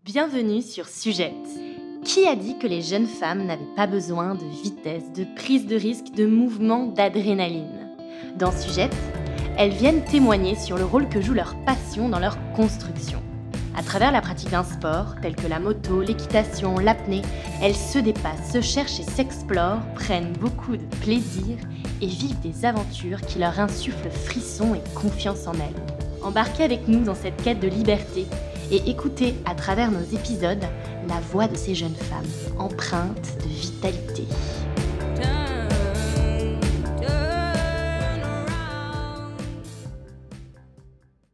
Bienvenue sur Sujette. Qui a dit que les jeunes femmes n'avaient pas besoin de vitesse, de prise de risque, de mouvement, d'adrénaline? Dans Sujette, elles viennent témoigner sur le rôle que joue leur passion dans leur construction. À travers la pratique d'un sport, tel que la moto, l'équitation, l'apnée, elles se dépassent, se cherchent et s'explorent, prennent beaucoup de plaisir et vivent des aventures qui leur insufflent frisson et confiance en elles. Embarquez avec nous dans cette quête de liberté et écoutez à travers nos épisodes la voix de ces jeunes femmes, empreintes de vitalité.